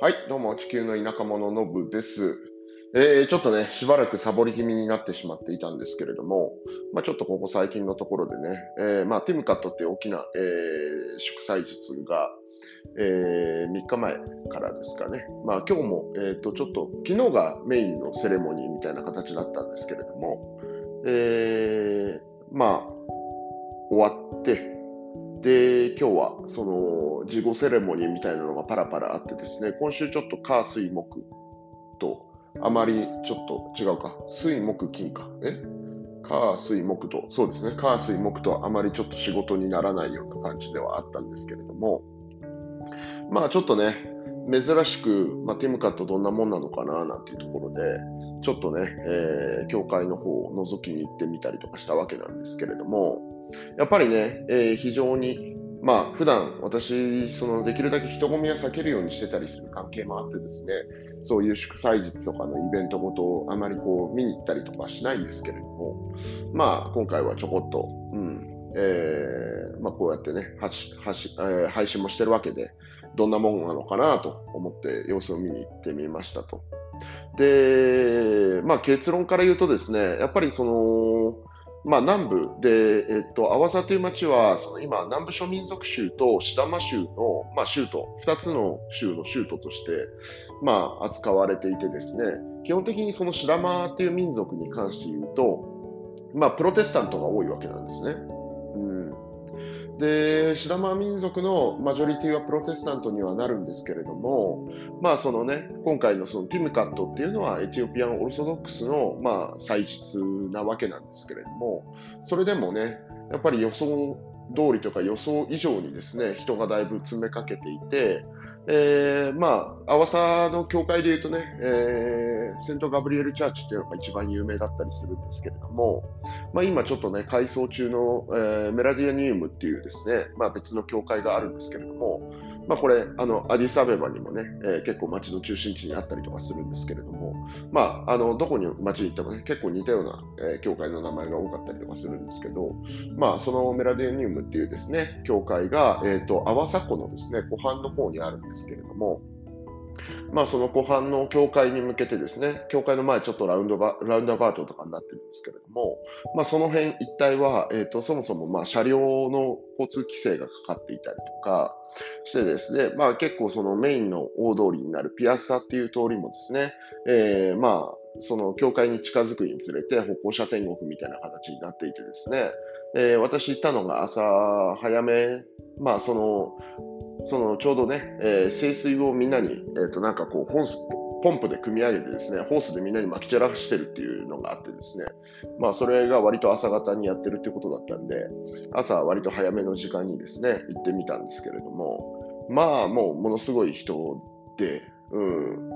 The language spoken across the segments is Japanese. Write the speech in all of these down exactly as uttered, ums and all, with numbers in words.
はい、どうも、地球の田舎者のぶです。えー、ちょっとね、しばらくサボり気味になってしまっていたんですけれども、まあ、ちょっとここ最近のところでね、えー、まあ、ティムカットっていう大きな、えー、祝祭日が、えー、みっかまえからですかね。まあ、今日も、えーと、ちょっと、昨日がメインのセレモニーみたいな形だったんですけれども、えー、まあ、終わって、で、今日はその事後セレモニーみたいなのがパラパラあってですね、今週ちょっと火水木と、あまりちょっと違うか、水木金か、え火水木と、そうですね、火水木とあまりちょっと仕事にならないような感じではあったんですけれども、まあちょっとね、珍しく、まあ、ティムカットどんなもんなのかななんていうところで、ちょっとね、えー教会の方を覗きに行ってみたりとかしたわけなんですけれども、やっぱりね、えー非常に、まあ普段私、そのできるだけ人混みは避けるようにしてたりする関係もあってですね、そういう祝祭日とかのイベントごとをあまりこう見に行ったりとかしないんですけれども、まあ今回はちょこっと、うん、えーまあこうやってね、はしはしえー配信もしてるわけで、どんなもんなのかなと思って様子を見に行ってみましたと。で、まあ、結論から言うとですね、やっぱりその、まあ、南部で、えっと、アワサという町は、その今、南部諸民族州とシダマ州の、まあ、州都、二つの州の州都として、まあ、扱われていてですね、基本的にそのシダマっていう民族に関して言うと、まあ、プロテスタントが多いわけなんですね。うん。で、シダマー民族のマジョリティはプロテスタントにはなるんですけれども、まあそのね、今回のそのティムカットっていうのはエチオピアンオルソドックスのまあ祭日なわけなんですけれども、それでもね、やっぱり予想通りとか予想以上にですね、人がだいぶ詰めかけていて、えー、まあ、アワサの教会でいうとね、えー、セントガブリエルチャーチっていうのが一番有名だったりするんですけれども、まあ、今ちょっとね、改装中の、えーメラディアニウムっていうですね、まあ、別の教会があるんですけれども、まあ、これ、あの、アディスアベバにもね、えー結構街の中心地にあったりとかするんですけれども、まあ、あの、どこに街に行ってもね、結構似たような、えー教会の名前が多かったりとかするんですけど、まあ、そのメラディアニウムっていうですね、教会が、えっと、阿波佐湖のですね、湖畔の方にあるんですけれども、まあ、その湖畔の教会に向けてですね、教会の前ちょっとラウンドバラウンドアバウトとかになってるんですけれども、まあ、その辺一帯は、えー、とそもそもまあ車両の交通規制がかかっていたりとかしてですね、まあ、結構そのメインの大通りになるピアッサっていう通りもですね、えーまあ、その教会に近づくにつれて歩行者天国みたいな形になっていてですね、えー私行ったのが朝早め、まあそのそのちょうどね、えー清水をみんなに、えーと、なんかこう、ホース、ポンプで組み上げてですね、ホースでみんなに撒き散らしてるっていうのがあってですね、まあそれが割と朝方にやってるってことだったんで、朝割と早めの時間にですね、行ってみたんですけれども、まあもうものすごい人で、うん。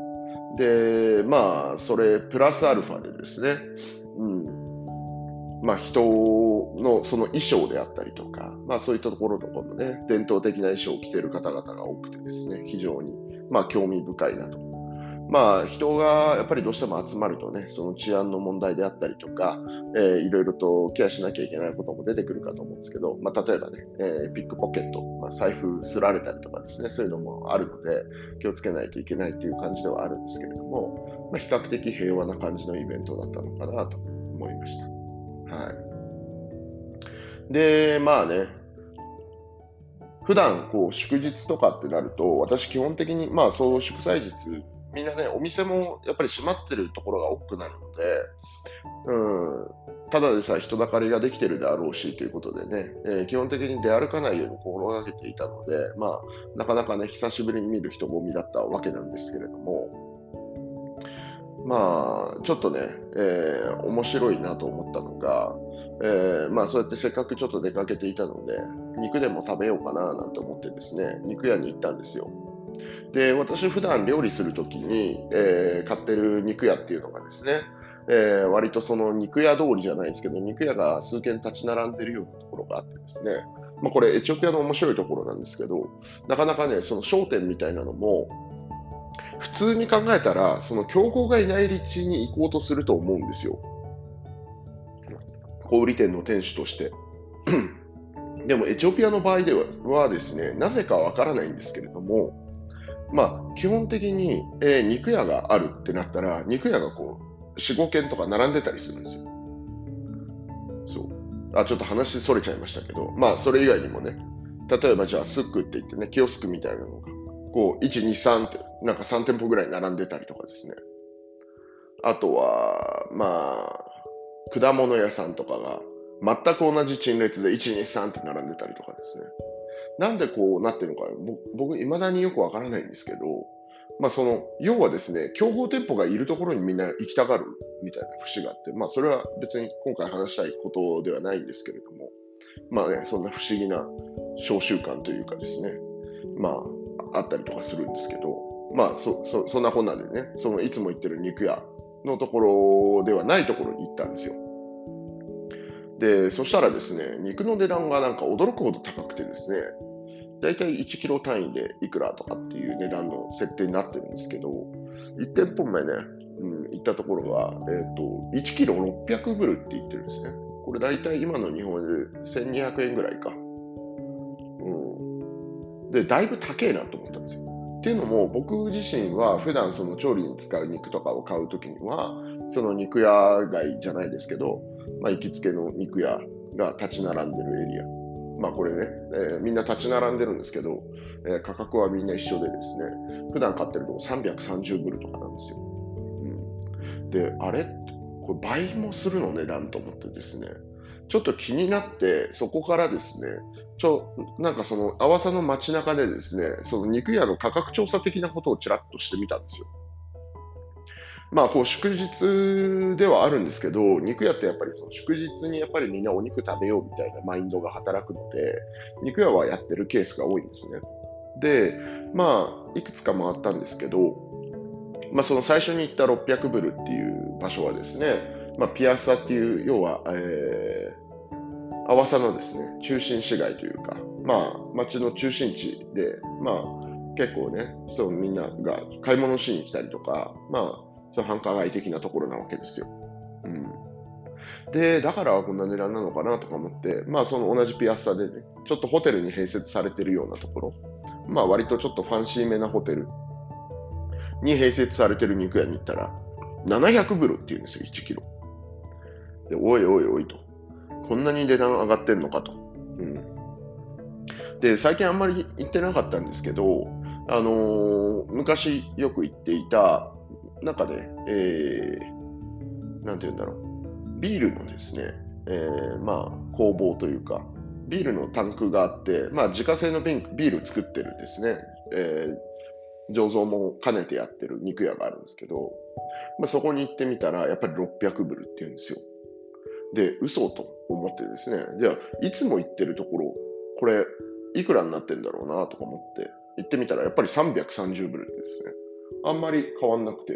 で、まあそれプラスアルファでですね、うん。まあ、人のその衣装であったりとか、まあ、そういったところとかもね、伝統的な衣装を着ている方々が多くてですね、非常に、まあ、興味深いなと。まあ、人がやっぱりどうしても集まるとね、その治安の問題であったりとか、えーいろいろとケアしなきゃいけないことも出てくるかと思うんですけど、まあ、例えばね、えーピックポケット、まあ、財布すられたりとかですね、そういうのもあるので、気をつけないといけないという感じではあるんですけれども、まあ、比較的平和な感じのイベントだったのかなと思いました。はい。で、まあね、普段こう祝日とかってなると、私基本的に、まあそう祝祭日、みんなね、お店もやっぱり閉まってるところが多くなるので、うん、ただでさえ人だかりができてるであろうしということでね、えー基本的に出歩かないように心がけていたので、まあ、なかなかね、久しぶりに見る人混みだったわけなんですけれども、まあ、ちょっとね、えー面白いなと思ったのが、えーまあ、そうやってせっかくちょっと出かけていたので、肉でも食べようかななんて思ってですね、肉屋に行ったんですよ。で、私普段料理するときに、えー買ってる肉屋っていうのがですね、えー割とその肉屋通りじゃないですけど、肉屋が数軒立ち並んでるようなところがあってですね、まあ、これエチオピアの面白いところなんですけど、なかなかね、その商店みたいなのも、普通に考えたら、その競合がいない立地に行こうとすると思うんですよ。小売店の店主として。でもエチオピアの場合でははですね、なぜかわからないんですけれども、 まあ、基本的に、えー肉屋があるってなったら、肉屋がこう、よん、ご軒とか並んでたりするんですよ。そう。あ、ちょっと話それちゃいましたけど、まあ、それ以外にもね、例えばじゃあ、スックって言ってね、キオスクみたいなのが、こう、いち、に、さんって、なんかさん店舗ぐらい並んでたりとかですね。あとは、まあ、果物屋さんとかが、全く同じ陳列でいち、に、さんって並んでたりとかですね。なんでこうなってるのか、ぼ僕、未だによくわからないんですけど、まあその、要はですね、競合店舗がいるところにみんな行きたがるみたいな節があって、まあそれは別に今回話したいことではないんですけれども、まあね、そんな不思議な召集感というかですね、まあ、あったりとかするんですけど、まあそ、そ、そんなこんなでね、そのいつも行ってる肉屋のところではないところに行ったんですよ。で、そしたらですね、肉の値段がなんか驚くほど高くてですね、だいたいいちキロ単位でいくらとかっていう値段の設定になってるんですけど、いち店舗目ね、うん、行ったところが、えっと、いちキロろっぴゃくブルって言ってるんですね。これだいたい今の日本円でせんにひゃくえんぐらいか。うん、で、だいぶ高えなと思ったんですよ。っていうのも、僕自身は普段その調理に使う肉とかを買うときには、その肉屋街じゃないですけど、まあ、行きつけの肉屋が立ち並んでるエリア。まあこれね、えーみんな立ち並んでるんですけど、えー価格はみんな一緒でですね、普段買ってるとさんびゃくさんじゅうブルとかなんですよ。うん、で、あれこれ倍もするの値段と思ってですね、ちょっと気になって、そこからですね、ちょ、なんかその、阿波佐の街中でですね、その肉屋の価格調査的なことをちらっとしてみたんですよ。まあ、こう、祝日ではあるんですけど、肉屋ってやっぱりその祝日にやっぱりみんなお肉食べようみたいなマインドが働くので、肉屋はやってるケースが多いんですね。で、まあ、いくつか回ったんですけど、まあ、その最初に行ったろっぴゃくブルっていう場所はですね、まあ、ピアッサっていう、要は、えー、阿波佐のですね、中心市街というか、まあ、街の中心地で、まあ、結構ね、そうみんなが買い物しに来たりとか、まあ、その繁華街的なところなわけですよ。うん。で、だからこんな値段なのかなとか思って、まあその同じピアッサでね、ちょっとホテルに併設されてるようなところ、まあ割とちょっとファンシーめなホテルに併設されてる肉屋に行ったら、ななひゃくブルっていうんですよ、いちキロ。で、おいおいおいと。こんなに値段上がってんのかと。うん。で、最近あんまり行ってなかったんですけど、あのー昔よく行っていた、中で、えー、なんて言うんだろう。ビールのですね、えー、まあ、工房というか、ビールのタンクがあって、まあ、自家製のビール作ってるですね、えー、醸造も兼ねてやってる肉屋があるんですけど、まあ、そこに行ってみたら、やっぱりろっぴゃくブルって言うんですよ。で、嘘と思ってですね、じゃあ、いつも行ってるところ、これ、いくらになってんだろうなとか思って、行ってみたら、やっぱりさんびゃくさんじゅうブルですね。あんまり変わんなくて、うん。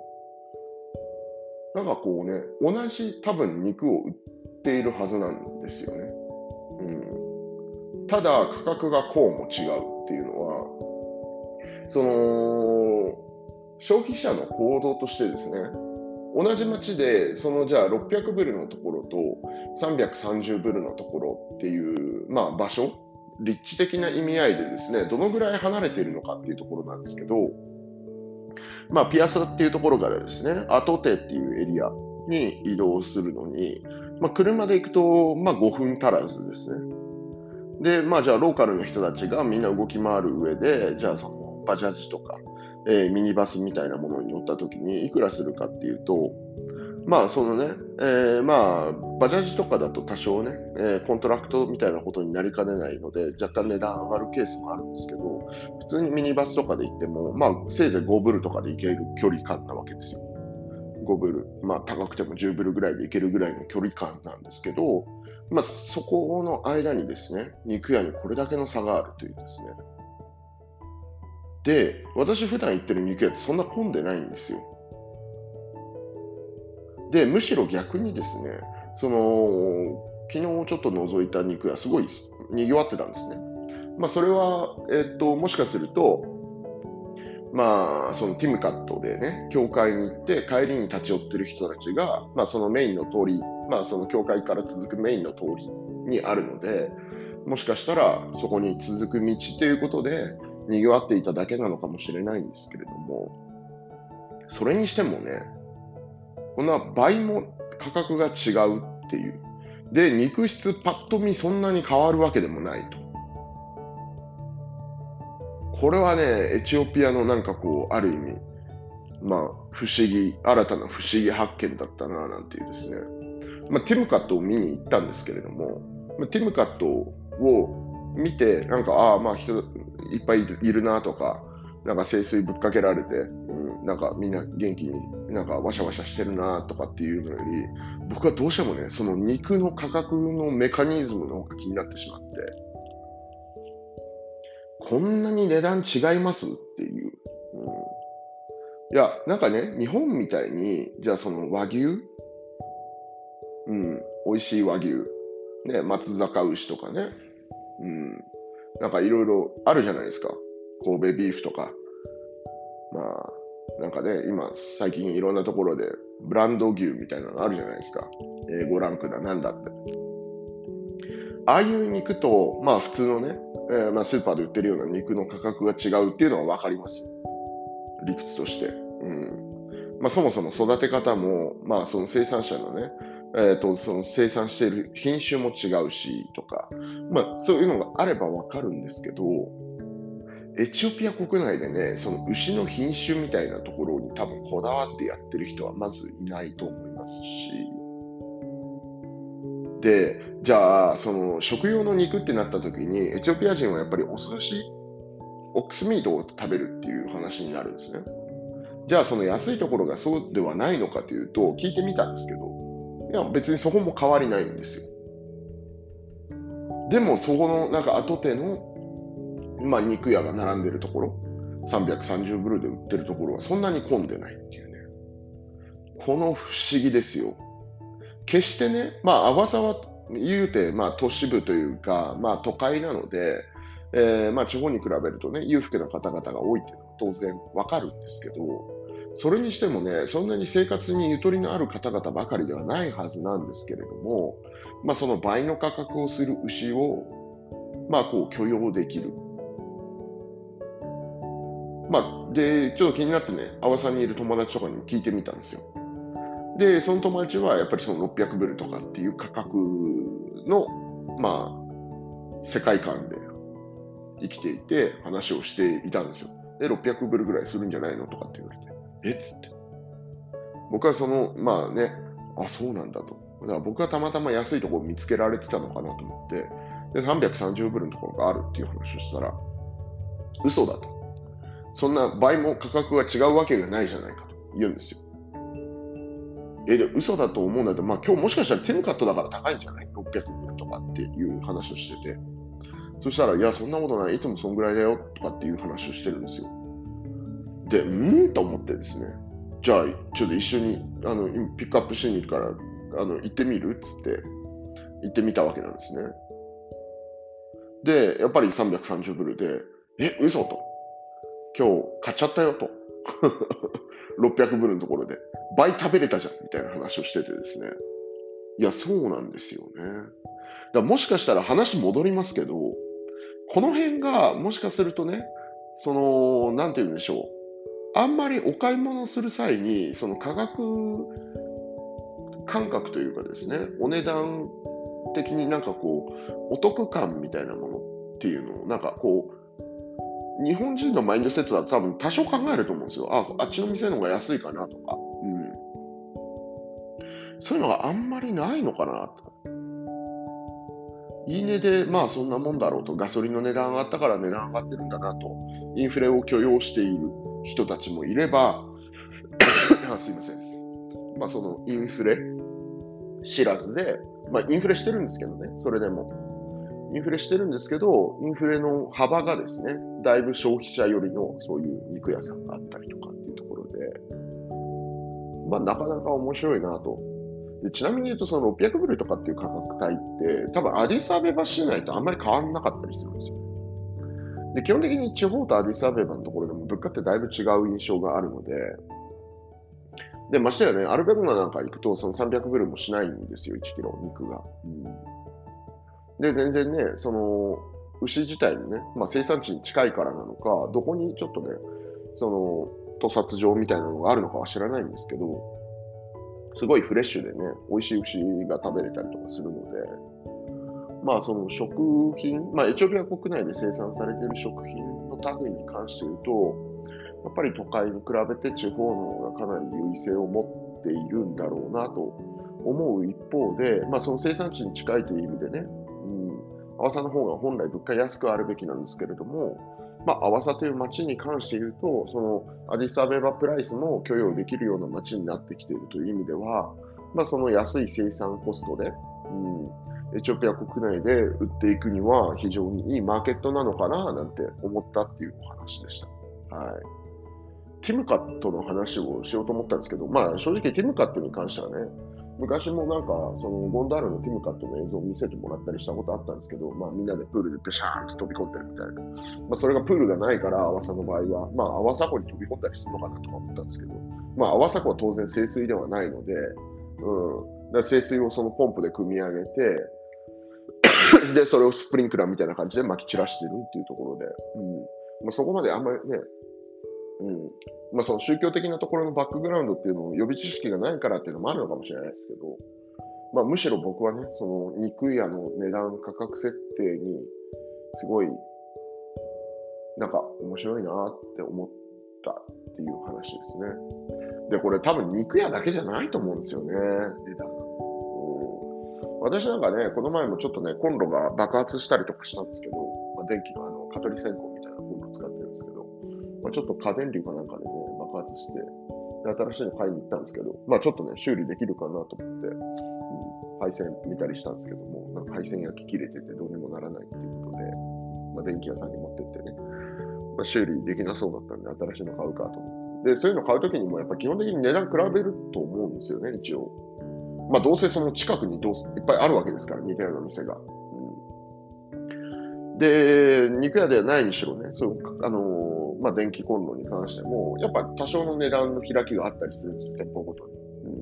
なんかこうね、同じ多分肉を売っているはずなんですよね。うん。ただ、価格がこうも違うっていうのは、その、消費者の行動としてですね、同じ町で、そのじゃあろっぴゃくブルのところとさんびゃくさんじゅうブルのところっていう、まあ場所、立地的な意味合いでですね、どのぐらい離れているのかっていうところなんですけど、まあピアサっていうところからですね、アトテっていうエリアに移動するのに、まあ車で行くと、まあごふん足らずですね。で、まあじゃあローカルの人たちがみんな動き回る上で、じゃあそのバジャージとか、えーミニバスみたいなものに乗った時にいくらするかっていうと、まあそのね、えーまあバジャージとかだと多少ね、えーコントラクトみたいなことになりかねないので若干値段上がるケースもあるんですけど、普通にミニバスとかで行っても、まあせいぜいごブルとかで行ける距離感なわけですよ。ごブル、まあ高くてもじゅうブルぐらいで行けるぐらいの距離感なんですけど、まあそこの間にですね、肉屋にこれだけの差があるというですね。で、私普段行ってる肉屋ってそんな混んでないんですよ。で、むしろ逆にですね、その、昨日ちょっと覗いた肉屋、すごい賑わってたんですね。まあ、それは、えっと、もしかすると、まあ、そのティムカットでね、教会に行って帰りに立ち寄ってる人たちが、まあ、そのメインの通り、まあ、その教会から続くメインの通りにあるので、もしかしたらそこに続く道ということで、 賑わっていただけなのかもしれないんですけれども、それにしてもね、こんな倍も価格が違うっていう。で、肉質パッと見そんなに変わるわけでもないと。これはね、エチオピアのなんかこう、ある意味、まあ、不思議、新たな不思議発見だったな、なんていうですね。まあ、ティムカットを見に行ったんですけれども、まあ、ティムカットを見て、なんか、ああ、まあ人いっぱいいるいるなとか、なんか清水ぶっかけられて、うん、なんかみんな元気になんかワシャワシャしてるなとかっていうのより、僕はどうしてもね、その肉の価格のメカニズムの方が気になってしまって、こんなに値段違いますっていう。うん、いや、なんかね、日本みたいに、じゃあその和牛、うん、美味しい和牛、ね、松阪牛とかね、うん、なんかいろいろあるじゃないですか。神戸ビーフとか。まあ、なんかね、今、最近いろんなところで、ブランド牛みたいなのあるじゃないですか。エーごランクだ、なんだって。ああいう肉と、まあ普通のね、えーまあ、スーパーで売ってるような肉の価格が違うっていうのはわかります。理屈として。うん。まあそもそも育て方も、まあその生産者のね、えっと、その生産している品種も違うし、とか、まあそういうのがあればわかるんですけど、エチオピア国内でね、その牛の品種みたいなところに多分こだわってやってる人はまずいないと思いますし、で、じゃあ、その食用の肉ってなった時に、エチオピア人はやっぱりお寿司、オックスミートを食べるっていう話になるんですね。じゃあ、その安いところがそうではないのかというと、聞いてみたんですけど、いや、別にそこも変わりないんですよ。でも、そこのなんか後手の、まあ、肉屋が並んでるところ、さんびゃくさんじゅうブルで売ってるところはそんなに混んでないっていうね。この不思議ですよ。決してね、まあ、阿波沢言うて、まあ、都市部というか、まあ、都会なので、えーまあ、地方に比べるとね、裕福な方々が多いっていうのは当然わかるんですけど、それにしてもね、そんなに生活にゆとりのある方々ばかりではないはずなんですけれども、まあ、その倍の価格をする牛を、まあ、こう許容できる。まあ、で、ちょっと気になってね、阿波さんにいる友達とかにも聞いてみたんですよ。で、その友達はやっぱりそのろっぴゃくブルとかっていう価格の、まあ、世界観で生きていて話をしていたんですよ。で、ろっぴゃくブルぐらいするんじゃないのとかって言われて、えっつって。僕はその、まあね、あ、そうなんだと。だから僕はたまたま安いところを見つけられてたのかなと思って、で、さんびゃくさんじゅうブルのところがあるっていう話をしたら、嘘だと。そんな倍も価格が違うわけがないじゃないかと言うんですよ。え、で、嘘だと思うんだけど、まあ今日もしかしたらテムカットだから高いんじゃない ?ろっぴゃく ブルとかっていう話をしてて。そしたら、いや、そんなことない。いつもそんぐらいだよとかっていう話をしてるんですよ。で、うーんと思ってですね。じゃあ、ちょっと一緒に、あの、今ピックアップしに行くから、あの、行ってみるっつって、行ってみたわけなんですね。で、やっぱりさんびゃくさんじゅうブルで、え、嘘と。今日買っちゃったよと。ろっぴゃくブルのところで。倍食べれたじゃんみたいな話をしててですね。いや、そうなんですよね。だからもしかしたら話戻りますけど、この辺がもしかするとね、その、なんて言うんでしょう。あんまりお買い物する際に、その価格感覚というかですね、お値段的になんかこう、お得感みたいなものっていうのを、なんかこう、日本人のマインドセットだと多分多少考えると思うんですよ。あ、あっちの店の方が安いかなとか。うん。そういうのがあんまりないのかなと。いいねで、まあそんなもんだろうと。ガソリンの値段上がったから値段上がってるんだなと。インフレを許容している人たちもいれば、あすいません。まあそのインフレ知らずで、まあインフレしてるんですけどね、それでも。インフレしてるんですけど、インフレの幅がですね、だいぶ消費者寄りのそういう肉屋さんがあったりとかっていうところで、まあなかなか面白いなと。でちなみに言うと、そのろっぴゃくブルとかっていう価格帯って、多分アディスアベバ市内とあんまり変わらなかったりするんですよ。で、基本的に地方とアディスアベバのところでも物価ってだいぶ違う印象があるので、で、ましてやね、アルベロナなんか行くと、そのさんびゃくブルもしないんですよ、いちキロ肉が。うん、で、全然ね、その、 牛自体にね、まあ、生産地に近いからなのか、どこにちょっとね、その、屠殺場みたいなのがあるのかは知らないんですけど、すごいフレッシュでね、美味しい牛が食べれたりとかするので、まあその食品、まあエチオピア国内で生産されている食品の類に関して言うと、やっぱり都会に比べて地方の方がかなり優位性を持っているんだろうなと思う一方で、まあその生産地に近いという意味でね、うん、アワサの方が本来物価安くあるべきなんですけれども、まあ、アワサという町に関して言うと、そのアディスアベバプライスも許容できるような町になってきているという意味では、まあ、その安い生産コストで、うん、エチオピア国内で売っていくには非常にいいマーケットなのかななんて思ったっていうお話でした。はい。ティムカットの話をしようと思ったんですけど、まあ正直ティムカットに関してはね、昔もなんか、そのゴンダールのティムカットの映像を見せてもらったりしたことあったんですけど、まあみんなでプールでペシャーンと飛び込んでるみたいな。まあそれがプールがないから、アワサの場合は、まあアワサ湖に飛び込んだりするのかなとか思ったんですけど、まあアワサ湖は当然清水ではないので、うん。だから清水をそのポンプで汲み上げて、で、それをスプリンクラーみたいな感じで撒き散らしてるっていうところで、うん。まあそこまであんまりね、うん。まあその宗教的なところのバックグラウンドっていうのを予備知識がないからっていうのもあるのかもしれないですけど、まあむしろ僕はね、その肉屋の値段価格設定にすごいなんか面白いなって思ったっていう話ですね。で、これ多分肉屋だけじゃないと思うんですよね、値段。うん、私なんかね、この前もちょっとね、コンロが爆発したりとかしたんですけど、まあ、電気のあの、蚊取り線香みたいなコンロ使ってるんですけど、まあ、ちょっと家電流かなんかでね、爆発して、で新しいの買いに行ったんですけど、まあちょっとね、修理できるかなと思って、うん、配線見たりしたんですけども、なんか配線焼き切れててどうにもならないっていうことで、まあ、電気屋さんに持ってってね、まあ、修理できなそうだったんで、新しいの買うかと思って。で、そういうの買うときにも、やっぱ基本的に値段比べると思うんですよね、一応。まあ、どうせその近くにどういっぱいあるわけですから、似たような店が。うん、で、肉屋ではないにしろね、そういうあのーまあ、電気コンロに関しても、やっぱ多少の値段の開きがあったりするんですよ、店舗ごとに。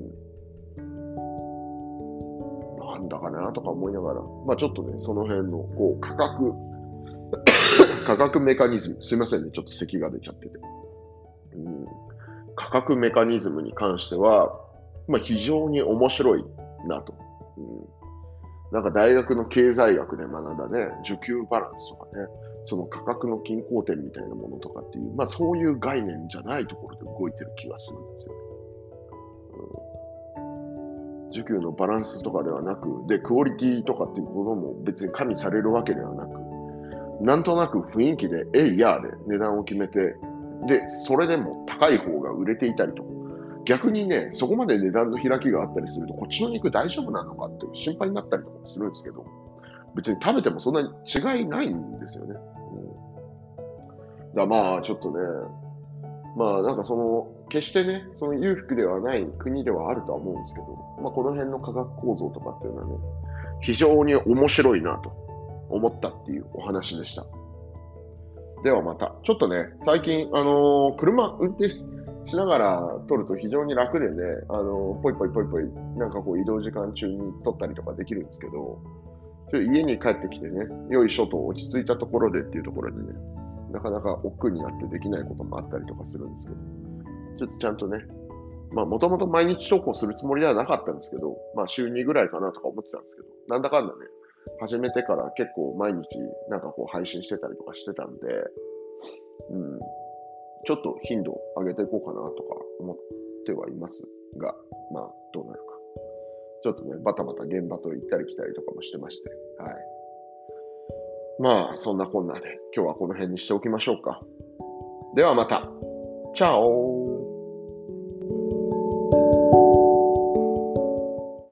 うん、なんだかなとか思いながら、まあ、ちょっとね、その辺のこう価格、価格メカニズム、すいませんね、ちょっと咳が出ちゃってて。うん、価格メカニズムに関しては、まあ、非常に面白いなと。うん、なんか大学の経済学で学んだね、需給バランスとかね、その価格の均衡点みたいなものとかっていう、まあそういう概念じゃないところで動いてる気がするんですよね。うん、需給のバランスとかではなく、で、クオリティとかっていうものも別に加味されるわけではなく、なんとなく雰囲気で、えいやーで値段を決めて、で、それでも高い方が売れていたりとか、逆にね、そこまで値段の開きがあったりすると、こっちの肉大丈夫なのかって心配になったりとかもするんですけど、別に食べてもそんなに違いないんですよね。うん、だまあ、ちょっとね、まあなんかその、決してね、その裕福ではない国ではあるとは思うんですけど、まあこの辺の価格構造とかっていうのはね、非常に面白いなと思ったっていうお話でした。ではまた。ちょっとね、最近、あのー車運転しながら撮ると非常に楽でね、あのーポイポイポイポイ、なんかこう移動時間中に撮ったりとかできるんですけど、ちょっと家に帰ってきてね、よいしょと落ち着いたところでっていうところでね、なかなか億劫になってできないこともあったりとかするんですけど、ちょっとちゃんとね、まあもともと毎日投稿するつもりではなかったんですけど、まあ週にぐらいかなとか思ってたんですけど、なんだかんだね、始めてから結構毎日なんかこう配信してたりとかしてたんで、うん、ちょっと頻度を上げていこうかなとか思ってはいますが、まあどうなるか。ちょっとね、バタバタ現場と行ったり来たりとかもしてまして、はい。まあそんなこんなで今日はこの辺にしておきましょうか。ではまた。チャオ